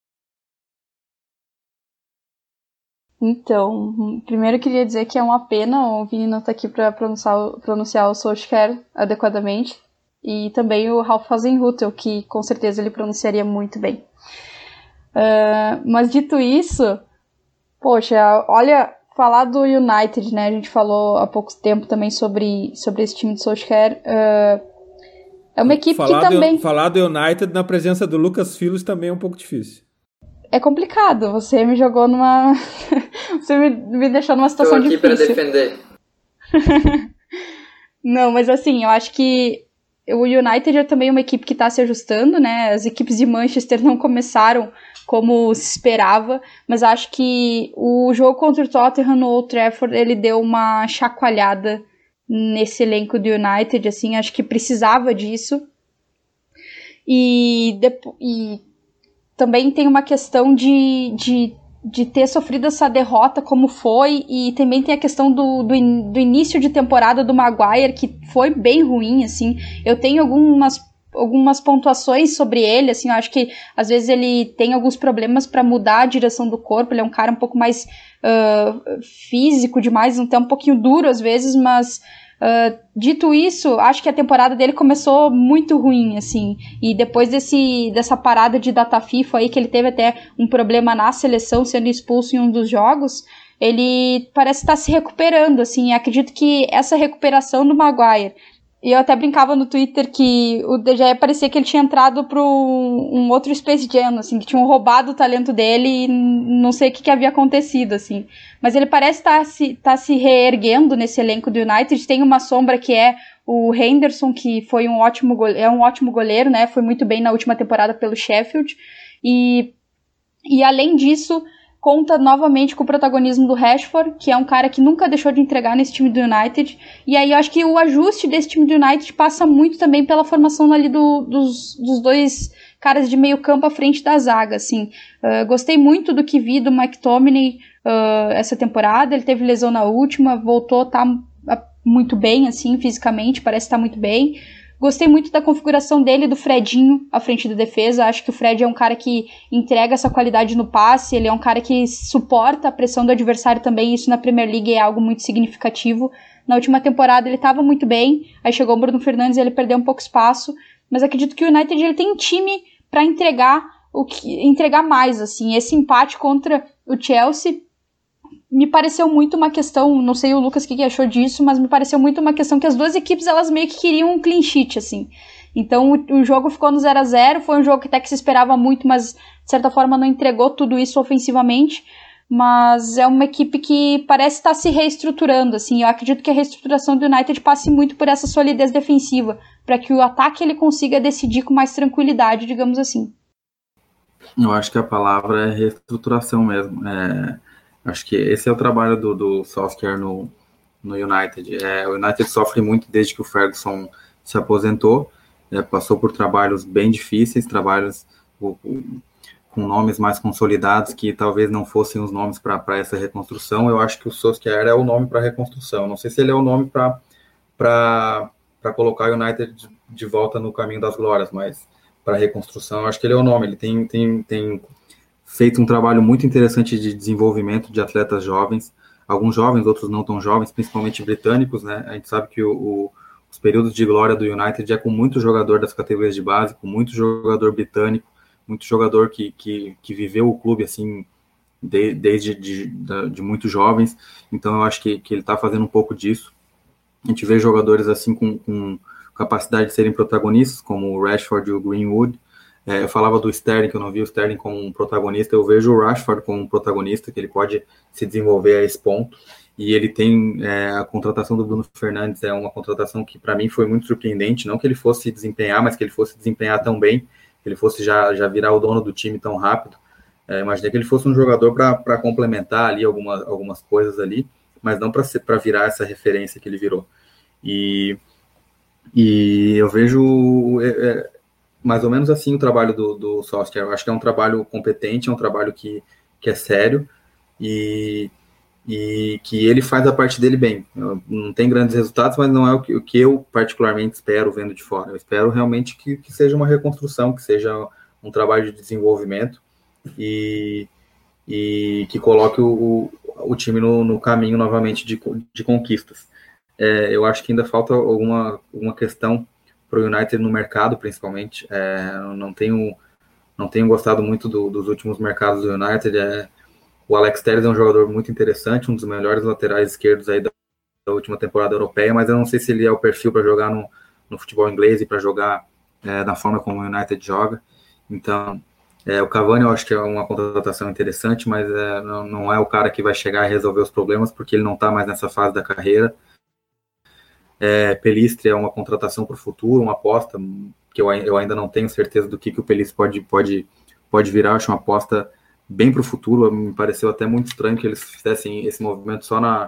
Então, primeiro eu queria dizer que é uma pena o Vini não estar aqui para pronunciar, pronunciar o Solskjaer adequadamente. E também o Ralf Hasenhüttl, que com certeza ele pronunciaria muito bem. Uh, mas dito isso, poxa, olha, falar do United, né? A gente falou há pouco tempo também sobre, sobre esse time de Solskjaer. Uh, é uma equipe falar que também... Do, falar do United na presença do Lucas Filhos também é um pouco difícil. é complicado. Você me jogou numa... Você me, me deixou numa situação difícil. Tô aqui difícil. Pra defender. Não, mas assim, eu acho que o United é também uma equipe que tá se ajustando, né? As equipes de Manchester não começaram como se esperava, mas acho que o jogo contra o Tottenham no Old Trafford, ele deu uma chacoalhada nesse elenco do United, assim, acho que precisava disso. E, depo- e também tem uma questão de, de, de ter sofrido essa derrota como foi, e também tem a questão do, do, in, do início de temporada do Maguire, que foi bem ruim, assim. Eu tenho algumas algumas pontuações sobre ele, assim, eu acho que às vezes ele tem alguns problemas para mudar a direção do corpo, ele é um cara um pouco mais uh, físico demais, até um pouquinho duro às vezes, mas uh, dito isso, acho que a temporada dele começou muito ruim, assim, e depois desse, dessa parada de data FIFA aí, que ele teve até um problema na seleção, sendo expulso em um dos jogos, ele parece estar se recuperando, assim, e acredito que essa recuperação do Maguire. E eu até brincava no Twitter que o De Gea parecia que ele tinha entrado para um outro Space Jam, assim, que tinham roubado o talento dele e não sei o que, que havia acontecido, assim. Mas ele parece estar se, tá se reerguendo nesse elenco do United. Tem uma sombra que é o Henderson, que foi um ótimo goleiro, é um ótimo goleiro, né? Foi muito bem na última temporada pelo Sheffield. E, e além disso, conta novamente com o protagonismo do Rashford, que é um cara que nunca deixou de entregar nesse time do United. E aí eu acho que o ajuste desse time do United passa muito também pela formação ali do, dos, dos dois caras de meio campo à frente da zaga, assim. Uh, gostei muito do que vi do McTominay uh, essa temporada. Ele teve lesão na última, voltou, tá muito bem, assim, fisicamente, parece estar muito bem. Gostei muito da configuração dele e do Fredinho à frente da defesa. Acho que o Fred é um cara que entrega essa qualidade no passe, ele é um cara que suporta a pressão do adversário também, isso na Premier League é algo muito significativo. Na última temporada ele estava muito bem, aí chegou o Bruno Fernandes e ele perdeu um pouco espaço, mas acredito que o United ele tem time para entregar o que entregar mais, assim. Esse empate contra o Chelsea me pareceu muito uma questão, não sei o Lucas o que, que achou disso, mas me pareceu muito uma questão que as duas equipes, elas meio que queriam um clean sheet, assim. Então o, o jogo ficou no zero a zero, foi um jogo que até que se esperava muito, mas de certa forma não entregou tudo isso ofensivamente, mas é uma equipe que parece estar se reestruturando, assim. Eu acredito que a reestruturação do United passe muito por essa solidez defensiva, para que o ataque ele consiga decidir com mais tranquilidade, digamos assim. Eu acho que a palavra é reestruturação mesmo, é... Acho que esse é o trabalho do, do Solskjaer no, no United. É, o United sofre muito desde que o Ferguson se aposentou, é, passou por trabalhos bem difíceis, trabalhos com, com nomes mais consolidados que talvez não fossem os nomes para essa reconstrução. Eu acho que o Solskjaer é o nome para a reconstrução. Não sei se ele é o nome para colocar o United de, de volta no caminho das glórias, mas para a reconstrução eu acho que ele é o nome. Ele tem... tem, tem feito um trabalho muito interessante de desenvolvimento de atletas jovens, alguns jovens, outros não tão jovens, principalmente britânicos, né? A gente sabe que o, o, os períodos de glória do United é com muito jogador das categorias de base, com muito jogador britânico, muito jogador que, que, que viveu o clube assim de, desde de, de, de muito jovens. Então eu acho que, que ele está fazendo um pouco disso. A gente vê jogadores assim com, com capacidade de serem protagonistas, como o Rashford e o Greenwood. É, eu falava do Sterling, que eu não vi o Sterling como um protagonista, eu vejo o Rashford como um protagonista, que ele pode se desenvolver a esse ponto, e ele tem é, a contratação do Bruno Fernandes, é uma contratação que para mim foi muito surpreendente, não que ele fosse desempenhar, mas que ele fosse desempenhar tão bem, que ele fosse já, já virar o dono do time tão rápido. É, imaginei que ele fosse um jogador para complementar ali alguma, algumas coisas ali, mas não para virar essa referência que ele virou. E, e eu vejo... É, é, mais ou menos assim o trabalho do, do Solskjaer. Eu acho que é um trabalho competente, é um trabalho que, que é sério e, e que ele faz a parte dele bem. Não tem grandes resultados, mas não é o que, o que eu particularmente espero vendo de fora. Eu espero realmente que, que seja uma reconstrução, que seja um trabalho de desenvolvimento e, e que coloque o, o time no, no caminho novamente de, de conquistas. É, eu acho que ainda falta alguma, alguma questão para o United no mercado, principalmente. É, não tenho, não tenho gostado muito do, dos últimos mercados do United. É, o Alex Telles é um jogador muito interessante, um dos melhores laterais esquerdos aí da, da última temporada europeia, mas eu não sei se ele é o perfil para jogar no, no futebol inglês e para jogar é, da forma como o United joga. Então, É, o Cavani eu acho que é uma contratação interessante, mas é, não, não é o cara que vai chegar e resolver os problemas, porque ele não está mais nessa fase da carreira. É, Pellistri é uma contratação para o futuro, uma aposta que eu, eu ainda não tenho certeza do que, que o Pellistri pode, pode, pode virar. Acho uma aposta bem para o futuro. Me pareceu até muito estranho que eles fizessem esse movimento só na,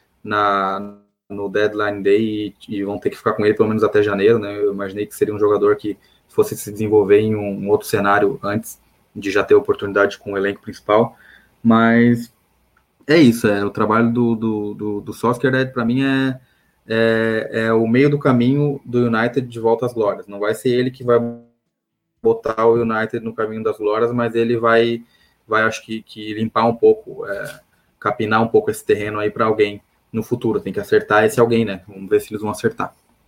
na, no deadline day e, e vão ter que ficar com ele pelo menos até janeiro, né? Eu imaginei que seria um jogador que fosse se desenvolver em um, um outro cenário antes de já ter oportunidade com o elenco principal, mas é isso, é o trabalho do, do, do, do Solskjaer, para mim, é, é, é o meio do caminho do United de volta às glórias. Não vai ser ele que vai botar o United no caminho das glórias, mas ele vai, vai acho que, que limpar um pouco, é, capinar um pouco esse terreno aí para alguém no futuro. Tem que acertar esse alguém, né? Vamos ver se eles vão acertar.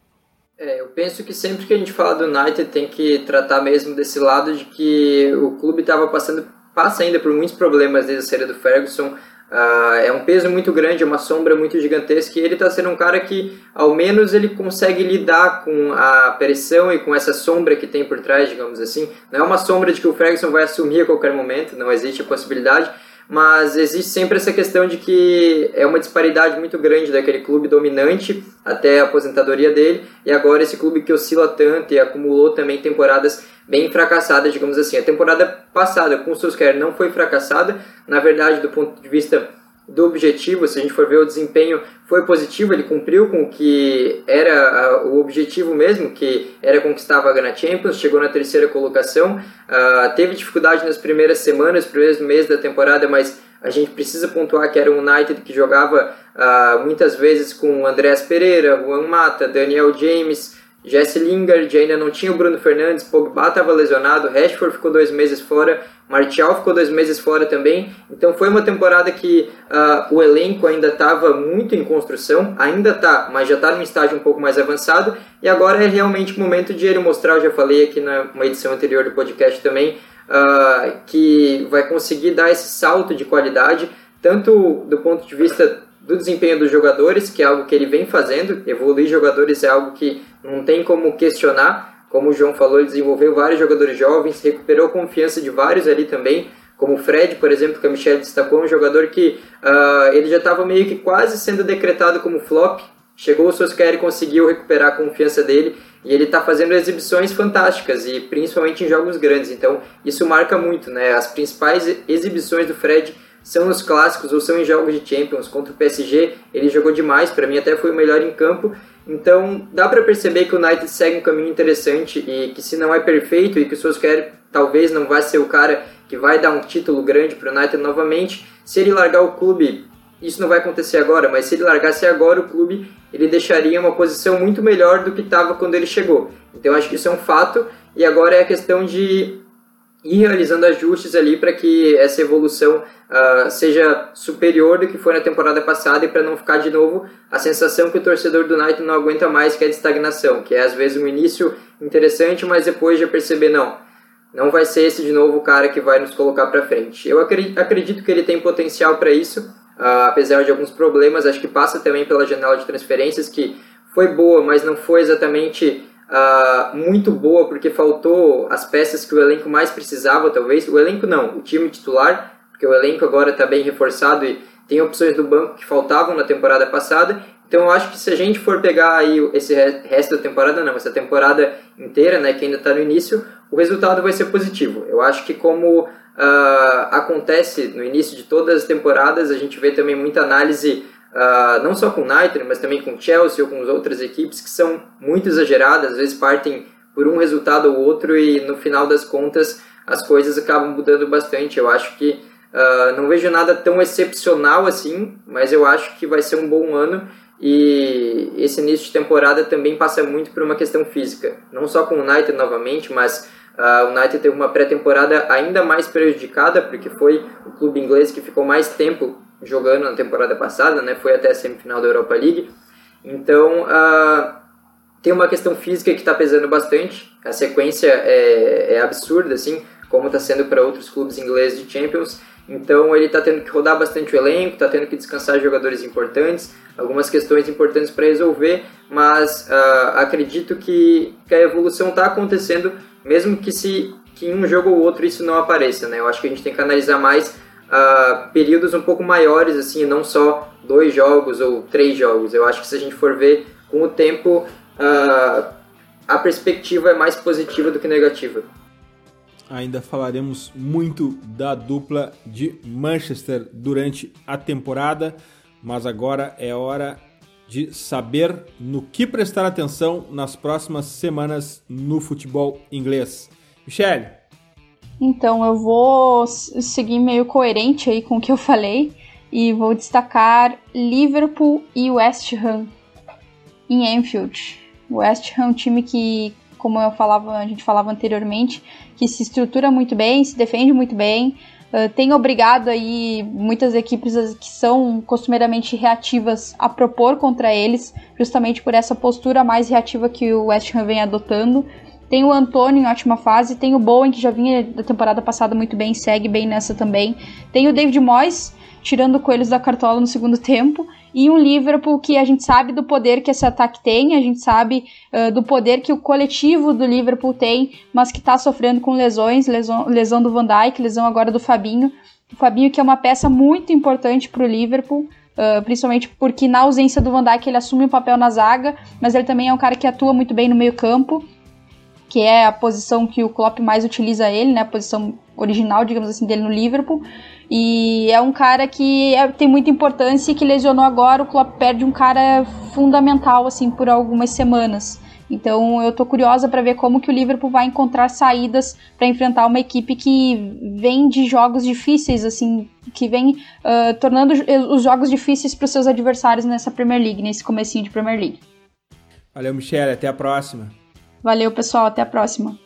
É, eu penso que sempre que a gente fala do United tem que tratar mesmo desse lado de que o clube estava passando, passa ainda por muitos problemas desde a saída do Ferguson. Uh, é um peso muito grande, é uma sombra muito gigantesca, e ele está sendo um cara que ao menos ele consegue lidar com a pressão e com essa sombra que tem por trás, digamos assim. Não é uma sombra de que o Ferguson vai assumir a qualquer momento, não existe a possibilidade, mas existe sempre essa questão de que é uma disparidade muito grande daquele clube dominante até a aposentadoria dele, e agora esse clube que oscila tanto e acumulou também temporadas bem fracassadas, digamos assim. A temporada passada com o Solskjaer não foi fracassada, na verdade, do ponto de vista do objetivo, se a gente for ver o desempenho, foi positivo, ele cumpriu com o que era uh, o objetivo mesmo, que era conquistar a vaga na Champions, chegou na terceira colocação, uh, teve dificuldade nas primeiras semanas, primeiros meses da temporada, mas a gente precisa pontuar que era um United que jogava uh, muitas vezes com Andreas Pereira, Juan Mata, Daniel James, Jesse Lingard, ainda não tinha o Bruno Fernandes, Pogba estava lesionado, Rashford ficou dois meses fora, Martial ficou dois meses fora também. Então foi uma temporada que uh, o elenco ainda estava muito em construção, ainda está, mas já está num estágio um pouco mais avançado, e agora é realmente o momento de ele mostrar, eu já falei aqui numa edição anterior do podcast também, uh, que vai conseguir dar esse salto de qualidade, tanto do ponto de vista do desempenho dos jogadores, que é algo que ele vem fazendo. Evoluir jogadores é algo que não tem como questionar. Como o João falou, ele desenvolveu vários jogadores jovens, recuperou a confiança de vários ali também, como o Fred, por exemplo, que a Michelle destacou, um jogador que uh, ele já estava meio que quase sendo decretado como flop. Chegou o Solskjaer e conseguiu recuperar a confiança dele, e ele está fazendo exibições fantásticas, e principalmente em jogos grandes. Então isso marca muito, né? As principais exibições do Fred são nos clássicos ou são em jogos de Champions. Contra o P S G ele jogou demais, para mim até foi o melhor em campo. Então dá para perceber que o United segue um caminho interessante, e que se não é perfeito, e que o Solskjaer talvez não vai ser o cara que vai dar um título grande para o United novamente, se ele largar o clube, isso não vai acontecer agora, mas se ele largasse agora o clube, ele deixaria uma posição muito melhor do que estava quando ele chegou. Então acho que isso é um fato, e agora é a questão de ir realizando ajustes ali para que essa evolução uh, seja superior do que foi na temporada passada, e para não ficar de novo a sensação que o torcedor do United não aguenta mais, que é de estagnação, que é às vezes um início interessante, mas depois já perceber, não, não vai ser esse de novo o cara que vai nos colocar para frente. Eu acredito que ele tem potencial para isso, uh, apesar de alguns problemas. Acho que passa também pela janela de transferências, que foi boa, mas não foi exatamente Uh, muito boa, porque faltou as peças que o elenco mais precisava, talvez. O elenco não, o time titular, porque o elenco agora está bem reforçado e tem opções do banco que faltavam na temporada passada. Então eu acho que se a gente for pegar aí esse resto da temporada, não, essa temporada inteira, né, que ainda está no início, o resultado vai ser positivo. Eu acho que como uh, acontece no início de todas as temporadas, a gente vê também muita análise, Uh, não só com o United, mas também com o Chelsea ou com as outras equipes, que são muito exageradas, às vezes partem por um resultado ou outro, e no final das contas as coisas acabam mudando bastante. Eu acho que uh, não vejo nada tão excepcional assim, mas eu acho que vai ser um bom ano, e esse início de temporada também passa muito por uma questão física, não só com o United novamente, mas uh, o United teve uma pré-temporada ainda mais prejudicada, porque foi o clube inglês que ficou mais tempo jogando na temporada passada, né? Foi até a semifinal da Europa League. Então uh, tem uma questão física que está pesando bastante. A sequência é, é absurda, assim, como está sendo para outros clubes ingleses de Champions. Então ele está tendo que rodar bastante o elenco, está tendo que descansar jogadores importantes, algumas questões importantes para resolver, mas uh, acredito que, que a evolução está acontecendo, mesmo que se que em um jogo ou outro isso não apareça, né? Eu acho que a gente tem que analisar mais uh, períodos um pouco maiores, assim, não só dois jogos ou três jogos. Eu acho que se a gente for ver com o tempo, uh, a perspectiva é mais positiva do que negativa. Ainda falaremos muito da dupla de Manchester durante a temporada, mas agora é hora de saber no que prestar atenção nas próximas semanas no futebol inglês. Michele? Então, eu vou seguir meio coerente aí com o que eu falei e vou destacar Liverpool e West Ham em Anfield. O West Ham é um time que, como eu falava, a gente falava anteriormente, que se estrutura muito bem, se defende muito bem, uh, tem obrigado aí muitas equipes que são costumeiramente reativas a propor contra eles, justamente por essa postura mais reativa que o West Ham vem adotando. Tem o Antônio em ótima fase, tem o Bowen, que já vinha da temporada passada muito bem, segue bem nessa também. Tem o David Moyes, tirando coelhos da cartola no segundo tempo, e um Liverpool que a gente sabe do poder que esse ataque tem, a gente sabe uh, do poder que o coletivo do Liverpool tem, mas que está sofrendo com lesões, lesão, lesão do Van Dijk, lesão agora do Fabinho. O Fabinho que é uma peça muito importante para o Liverpool, uh, principalmente porque na ausência do Van Dijk ele assume um papel na zaga, mas ele também é um cara que atua muito bem no meio campo, que é a posição que o Klopp mais utiliza ele, né, a posição original, digamos assim, dele no Liverpool. E é um cara que é, tem muita importância e que lesionou agora, o Klopp perde um cara fundamental, assim, por algumas semanas. Então eu tô curiosa para ver como que o Liverpool vai encontrar saídas para enfrentar uma equipe que vem de jogos difíceis, assim, que vem uh, tornando os jogos difíceis para os seus adversários nessa Premier League, nesse comecinho de Premier League. Valeu, Michele, até a próxima. Valeu, pessoal, até a próxima.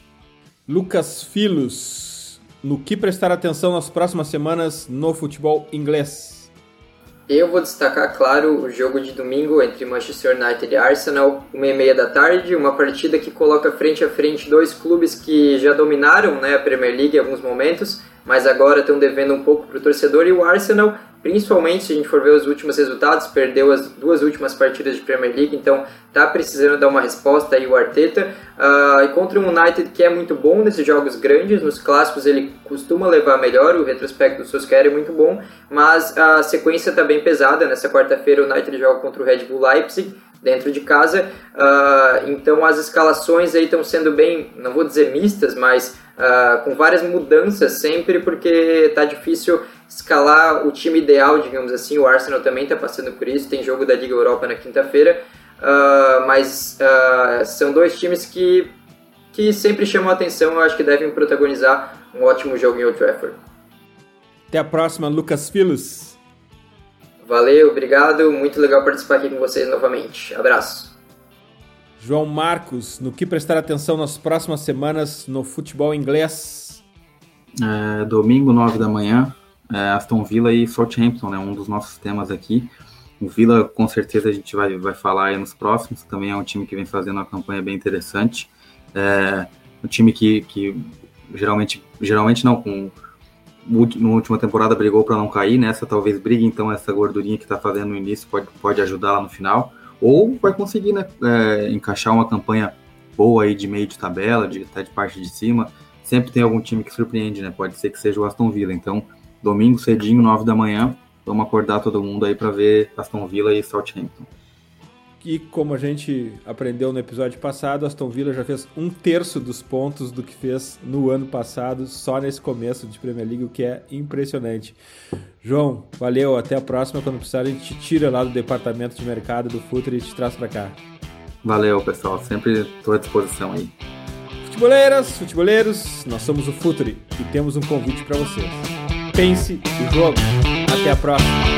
Lucas Filos, no que prestar atenção nas próximas semanas no futebol inglês? Eu vou destacar, claro, o jogo de domingo entre Manchester United e Arsenal, uma e meia da tarde, uma partida que coloca frente a frente dois clubes que já dominaram, né, a Premier League em alguns momentos, mas agora estão devendo um pouco para o torcedor, e o Arsenal, principalmente se a gente for ver os últimos resultados, perdeu as duas últimas partidas de Premier League, então tá precisando dar uma resposta aí o Arteta, uh, e contra um United que é muito bom nesses jogos grandes, nos clássicos ele costuma levar melhor, o retrospecto do Solskjaer é muito bom, mas a sequência tá bem pesada. Nessa quarta-feira o United joga contra o Red Bull Leipzig, dentro de casa, uh, então as escalações aí estão sendo bem, não vou dizer mistas, mas uh, com várias mudanças sempre, porque tá difícil escalar o time ideal, digamos assim. O Arsenal também está passando por isso, tem jogo da Liga Europa na quinta-feira, uh, mas uh, são dois times que, que sempre chamam a atenção, eu acho que devem protagonizar um ótimo jogo em Old Trafford. Até a próxima, Lucas Filos. Valeu, obrigado, muito legal participar aqui com vocês novamente. Abraço. João Marcos, no que prestar atenção nas próximas semanas no futebol inglês? É, domingo, nove da manhã, é, Aston Villa e Southampton, né, um dos nossos temas aqui. O Villa, com certeza, a gente vai, vai falar aí nos próximos, também é um time que vem fazendo uma campanha bem interessante. É um time que, que geralmente, geralmente não, com... na última temporada brigou para não cair, nessa talvez brigue, então essa gordurinha que está fazendo no início pode, pode ajudar lá no final, ou vai conseguir, né, é, encaixar uma campanha boa aí de meio de tabela, de, até de parte de cima. Sempre tem algum time que surpreende, né, pode ser que seja o Aston Villa. Então domingo cedinho, nove da manhã, vamos acordar todo mundo aí para ver Aston Villa e Southampton. E como a gente aprendeu no episódio passado, Aston Villa já fez um terço dos pontos do que fez no ano passado, só nesse começo de Premier League, o que é impressionante. João, valeu, até a próxima. Quando precisar, a gente te tira lá do departamento de mercado do Futre e te traz para cá. Valeu, pessoal, sempre estou à disposição aí. Futeboleiras, futeboleiros, nós somos o Futre e temos um convite para vocês. Pense o jogo. Até a próxima.